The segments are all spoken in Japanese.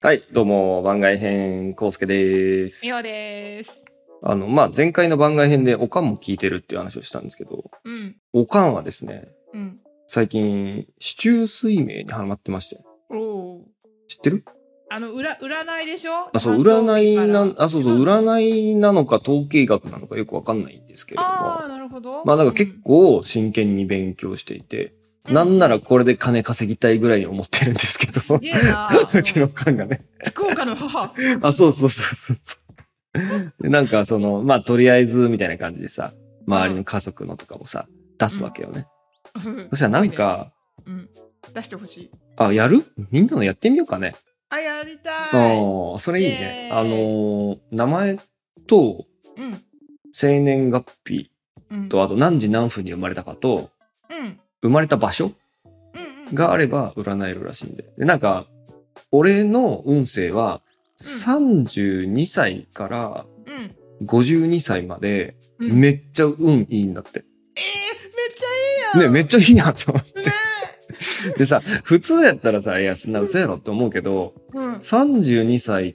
はい、どうも、番外編、コウスケです。 みおです。 前回の番外編でおかんも聞いてるっていう話をしたんですけど、 うん。 おかんはですね、 うん。 最近、四柱推命にハマってまして。 おお。 知ってる？ 占いでしょ？ そう、 誕生日から占いなのか統計学なのかよくわかんないんですけれども。 ああ、なるほど。 なんか結構真剣に勉強していて、なんならこれで金稼ぎたいぐらいに思ってるんですけど。 すげえな。 うちのおかんがね。 福岡の母。 そう。でなんかとりあえずみたいな感じでさ、周りの家族のとかもさ、出すわけよね。そしたらなんか、 出してほしい。 やる？みんなのやってみようかね。 やりたい。 それいいね。名前と、生年月日と、あと何時何分に生まれたかと、生まれた場所があれば占えるらしいんで。で、なんか、俺の運勢は、32歳から52歳まで、めっちゃ運いいんだって。 めっちゃいいやん。 ね、めっちゃいいなと思って。でさ、普通やったらさ、いや、そんな嘘やろって思うけど、32歳って、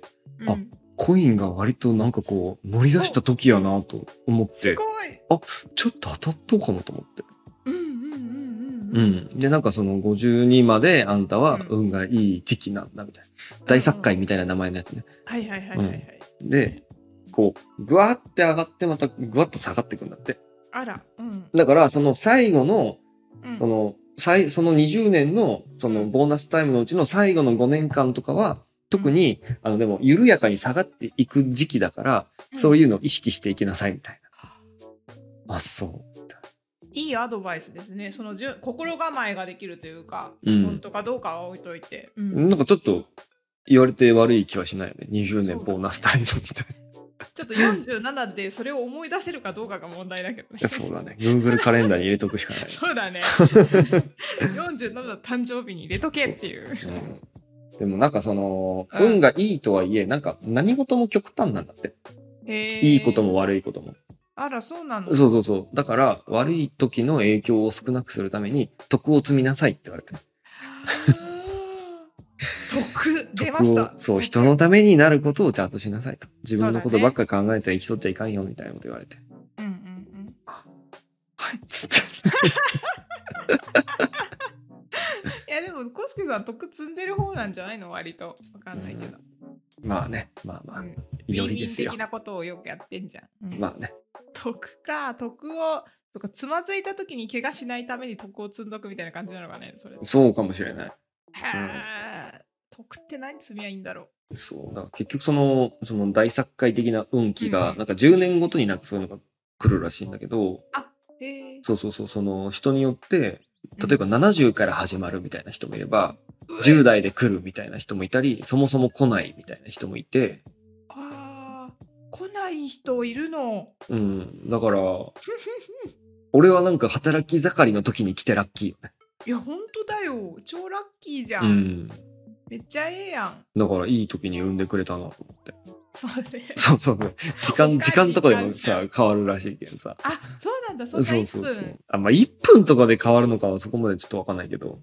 コインが割となんかこう、乗り出した時やなと思って、 すごい。 ちょっと当たっとうかもと思って。で、なんかその52まであんたは運がいい時期なんだみたいな。大作会みたいな名前のやつね。で、こう、ぐわって上がってまたぐわっと下がっていくんだって。 あら。 だから、その最後の、その20年のそのボーナスタイムのうちの最後の5年間とかは、特に、でも緩やかに下がっていく時期だから、そういうのを意識していきなさいみたいな。そう。 いいアドバイスですね。その心構えができるというか、本当かどうかは置いといて。 なんかちょっと言われて悪い気はしないよね。20年ボーナスタイムみたいな。 ちょっと47でそれを思い出せるかどうかが問題だけどね。 そうだね。Google カレンダーに入れとくしかない。 そうだね。47の誕生日に入れとけっていう。 でもなんか運がいいとはいえ、なんか何事も極端なんだって。いいことも悪いことも。 あら、そうなの？ そう。だから、悪い時の影響を少なくするために、徳を積みなさいって言われて。 徳出ました。 そう、人のためになることをちゃんとしなさいと。自分のことばっかり考えて生きとっちゃいかんよみたいなこと言われて。はい、つって。 いや、でも、コスケさん、徳積んでる方なんじゃないの？割と。わかんないけど。 まあ。よりですよ。 的なことをよくやってんじゃん。 まあね。 徳を、つまずいた時に怪我しないために徳を積んどくみたいな感じなのかね、それ。 そうかもしれない。 徳って何積みゃいいんだろう。そう。だから結局その大作会的な運気が、なんか10年ごとになんかそういうのが来るらしいんだけど、そう、その人によって、例えば70から始まるみたいな人もいれば、10代で来るみたいな人もいたり、そもそも来ないみたいな人もいて。 来ない人いるの。 だから、俺はなんか働き盛りの時に来てラッキーよね。 いや、ほんとだよ。超ラッキーじゃん。めっちゃええやん。 だからいい時に産んでくれたなと思って。 そうね。 そう。時間とかでもさ、変わるらしいけどさ。 そうなんだ、そう。 そう。1分とかで変わるのかはそこまでちょっとわかんないけど。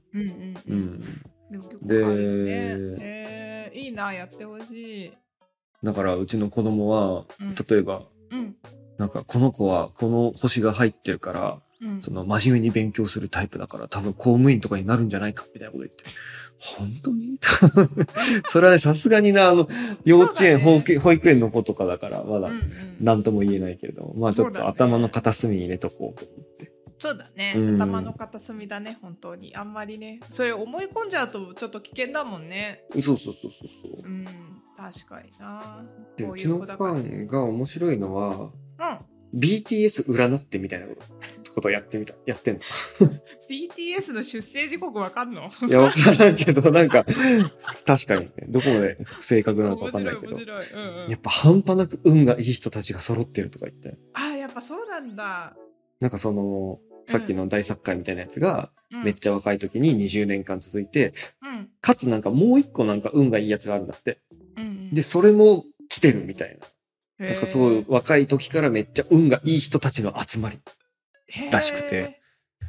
で、いいな、やってほしい。 だからうちの子供は、例えば、なんかこの子はこの星が入ってるから、真面目に勉強するタイプだから多分公務員とかになるんじゃないかみたいなこと言って。本当にそれはね、さすがにな、幼稚園、保育園の子とかだから、まだ何とも言えないけれども、まあちょっと頭の片隅に入れとこうと思って。 そうだね。頭の片隅だね、本当に。あんまりね、それ思い込んじゃうとちょっと危険だもんね。 そう。 確かにな。 うちのパンが面白いのは、BTS 占ってみたいなことをやってんの。 BTS の出生時刻わかんの？ いや、わからんけど、なんか、確かにね、どこまで正確なのかわかんないけど、やっぱ半端なく運がいい人たちが揃ってるとか言って。 やっぱそうなんだ。 なんかさっきの大作会みたいなやつが、めっちゃ若い時に20年間続いて、かつなんかもう一個なんか運がいいやつがあるんだって。で、それも来てるみたいな。なんかそう若い時からめっちゃ運がいい人たちの集まりらしくて。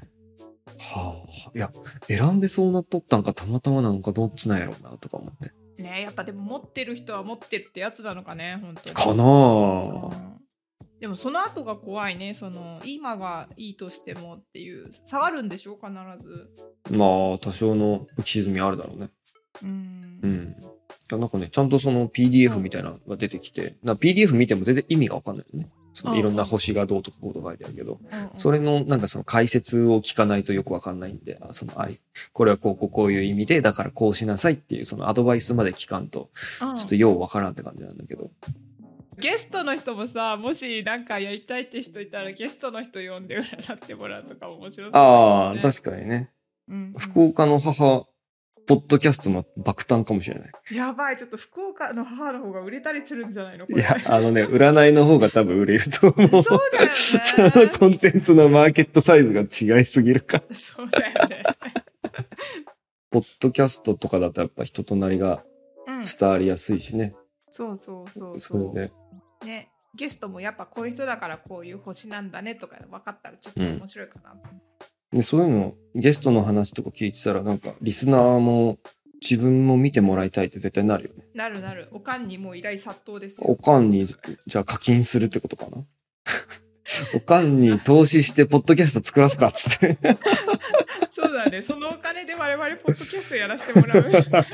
いや、選んでそうなっとったんかたまたまなのかどっちなんやろうなとか思って。 ね、やっぱでも持ってる人は持ってるってやつなのかね、本当に。 かなぁ。 でもその後が怖いね。その今がいいとしてもっていう、下がるんでしょ必ず。 まあ多少の浮き沈みあるだろうね。なんかね、ちゃんとその PDF みたいなのが出てきて、PDF 見ても全然意味がわかんないよね。そのいろんな星がどうとかこうとか書いてあるけど、それのなんかその解説を聞かないとよくわかんないんで、これはこういう意味で、だからこうしなさいっていうそのアドバイスまで聞かんと、ちょっとようわからんって感じなんだけど。 ゲストの人もさ、もしなんかやりたいって人いたらゲストの人呼んで占ってもらうとか面白そう、ね。 ああ、確かにね。福岡の母、ポッドキャストの爆誕かもしれない。 やばい、ちょっと福岡の母の方が売れたりするんじゃないのこれ。いや、占いの方が多分売れると思う。 そうだよね。 コンテンツのマーケットサイズが違いすぎるか。 そうだよね。 ポッドキャストとかだとやっぱ人となりが伝わりやすいしね。 そう。 それで。 ね、ゲストもやっぱこういう人だからこういう星なんだねとか分かったらちょっと面白いかな。 で、そういうの、ゲストの話とか聞いてたら、なんか、リスナーも自分も見てもらいたいって絶対なるよね。 なる。おかんにもう依頼殺到ですよ。 おかんに、じゃあ課金するってことかな。おかんに投資してポッドキャスト作らすかっつって。 そうだね。そのお金で我々ポッドキャストやらせてもらう。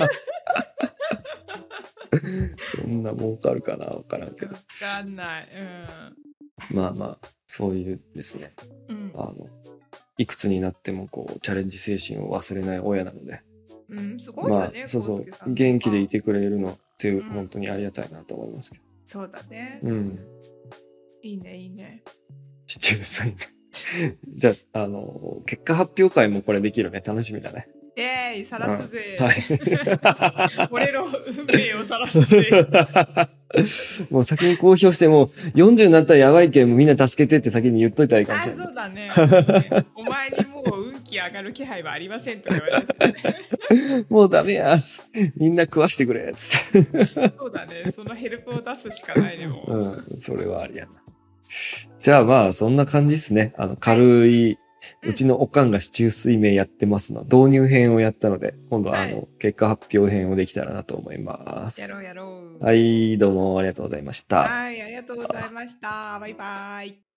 そんな儲かるかなわからんけど。 わかんない。 まあ、そういうですね。いくつになってもこうチャレンジ精神を忘れない親なので。 すごいよね。 そう元気でいてくれるのって本当にありがたいなと思いますけど。 そうだね。いいね。 70歳ね。じゃあ結果発表会もこれできるね。楽しみだね。 さらすぜ。俺の運命をさらすぜ。 もう先に公表しても40になったらやばいけんみんな助けてって先に言っといたらいいかもしれない。 そうだね。お前にもう運気上がる気配はありませんと言われて。 もうダメや。みんな食わしてくれ。つって。 そうだね。そのヘルプを出すしかないでも。 それはありやな。じゃあまあそんな感じですね。軽い。うちのおかんが市中水明やってますの導入編をやったので、今度は結果発表編をできたらなと思います。 やろう。 はい、どうもありがとうございました。 はい、ありがとうございました。バイバイ。